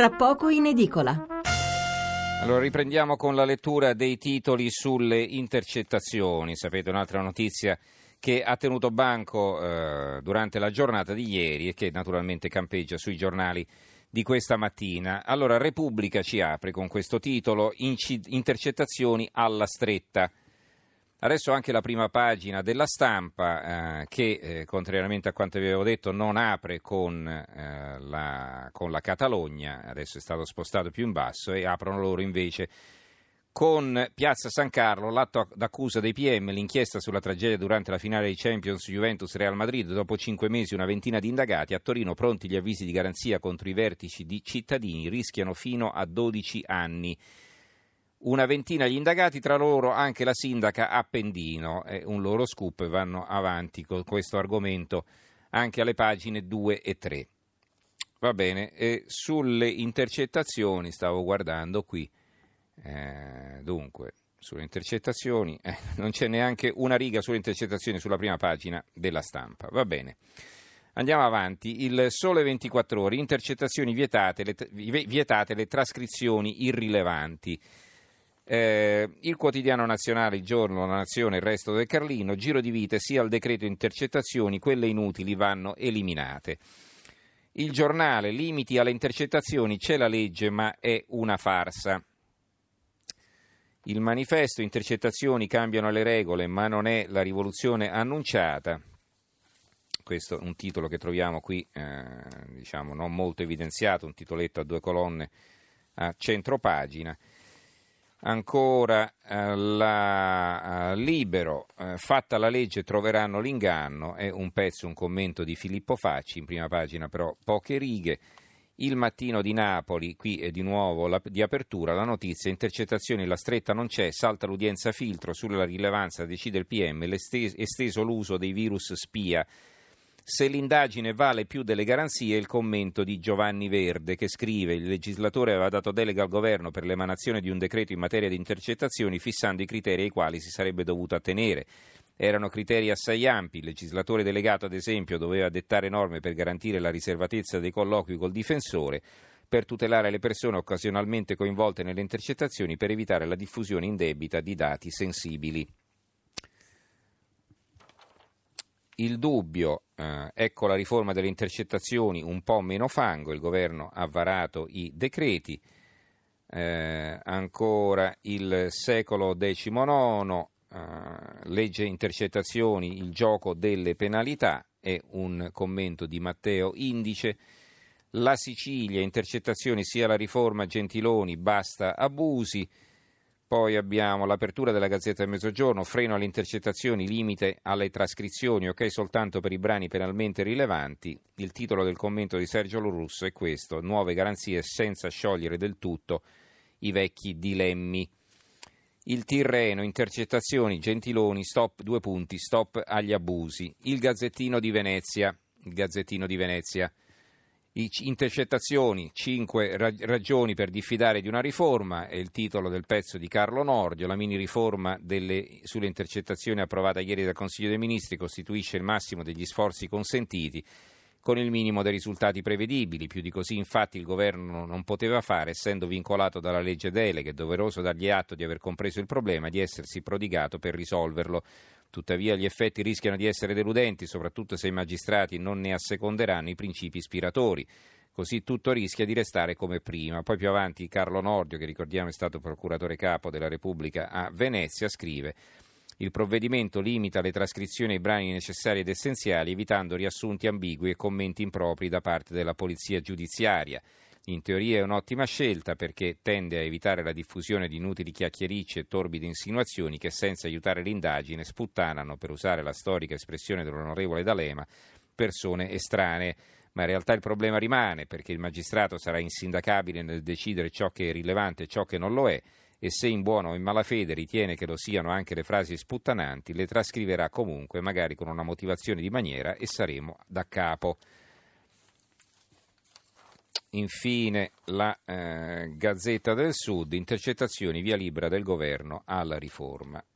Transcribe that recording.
tra poco in edicola. Allora riprendiamo con la lettura dei titoli sulle intercettazioni. Sapete, un'altra notizia che ha tenuto banco durante la giornata di ieri e che naturalmente campeggia sui giornali di questa mattina. Allora, Repubblica ci apre con questo titolo: intercettazioni alla stretta. Adesso anche la prima pagina della Stampa, che contrariamente a quanto vi avevo detto non apre con la Catalogna, adesso è stato spostato più in basso, e aprono loro invece con Piazza San Carlo, l'atto d'accusa dei PM, l'inchiesta sulla tragedia durante la finale di Champions Juventus-Real Madrid. Dopo 5 mesi una ventina di indagati, a Torino pronti gli avvisi di garanzia contro i vertici di cittadini, rischiano fino a 12 anni. Una ventina gli indagati, tra loro anche la sindaca Appendino. È un loro scoop, vanno avanti con questo argomento anche alle pagine 2 e 3. Va bene, e sulle intercettazioni stavo guardando qui. Dunque, sulle intercettazioni non c'è neanche una riga sulle intercettazioni sulla prima pagina della Stampa. Va bene, andiamo avanti. Il Sole 24 Ore, intercettazioni vietate, le trascrizioni irrilevanti. Il Quotidiano Nazionale, Il Giorno, La Nazione, Il Resto del Carlino, giro di vite sia al decreto intercettazioni, quelle inutili vanno eliminate. Il Giornale, limiti alle intercettazioni, c'è la legge ma è una farsa. Il Manifesto, intercettazioni, cambiano le regole ma non è la rivoluzione annunciata. Questo è un titolo che troviamo qui, diciamo non molto evidenziato, un titoletto a 2 colonne a centropagina. Ancora Libero, fatta la legge troveranno l'inganno, è un pezzo, un commento di Filippo Facci, in prima pagina però poche righe. Il Mattino di Napoli, qui è di nuovo di apertura la notizia: intercettazioni, la stretta non c'è, salta l'udienza filtro, sulla rilevanza decide il PM, esteso l'uso dei virus spia. Se l'indagine vale più delle garanzie, il commento di Giovanni Verde, che scrive: il legislatore aveva dato delega al governo per l'emanazione di un decreto in materia di intercettazioni, fissando i criteri ai quali si sarebbe dovuto attenere. Erano criteri assai ampi. Il legislatore delegato, ad esempio, doveva dettare norme per garantire la riservatezza dei colloqui col difensore, per tutelare le persone occasionalmente coinvolte nelle intercettazioni, per evitare la diffusione indebita di dati sensibili. Il Dubbio, ecco la riforma delle intercettazioni, un po' meno fango, il governo ha varato i decreti. Ancora il Secolo XIX, legge intercettazioni, il gioco delle penalità, è un commento di Matteo Indice. La Sicilia, intercettazioni, sia la riforma Gentiloni, basta abusi. Poi abbiamo l'apertura della Gazzetta del Mezzogiorno, freno alle intercettazioni, limite alle trascrizioni, ok soltanto per i brani penalmente rilevanti. Il titolo del commento di Sergio Lorusso è questo: nuove garanzie senza sciogliere del tutto i vecchi dilemmi. Il Tirreno, intercettazioni, Gentiloni, stop, 2 punti, stop agli abusi. Il Gazzettino di Venezia, intercettazioni, 5 ragioni per diffidare di una riforma, è il titolo del pezzo di Carlo Nordio. La mini riforma sulle intercettazioni approvata ieri dal Consiglio dei Ministri costituisce il massimo degli sforzi consentiti con il minimo dei risultati prevedibili. Più di così infatti il governo non poteva fare, essendo vincolato dalla legge delega. È doveroso dargli atto di aver compreso il problema e di essersi prodigato per risolverlo. Tuttavia gli effetti rischiano di essere deludenti, soprattutto se i magistrati non ne asseconderanno i principi ispiratori. Così tutto rischia di restare come prima. Poi più avanti Carlo Nordio, che ricordiamo è stato procuratore capo della Repubblica a Venezia, scrive: il provvedimento limita le trascrizioni ai brani necessari ed essenziali, evitando riassunti ambigui e commenti impropri da parte della polizia giudiziaria. In teoria è un'ottima scelta, perché tende a evitare la diffusione di inutili chiacchiericce e torbide insinuazioni che, senza aiutare l'indagine, sputtanano, per usare la storica espressione dell'onorevole D'Alema, persone estranee. Ma in realtà il problema rimane, perché il magistrato sarà insindacabile nel decidere ciò che è rilevante e ciò che non lo è, e se in buona o in malafede ritiene che lo siano anche le frasi sputtananti, le trascriverà comunque, magari con una motivazione di maniera, e saremo da capo. Infine la Gazzetta del Sud, intercettazioni, via libera del governo alla riforma.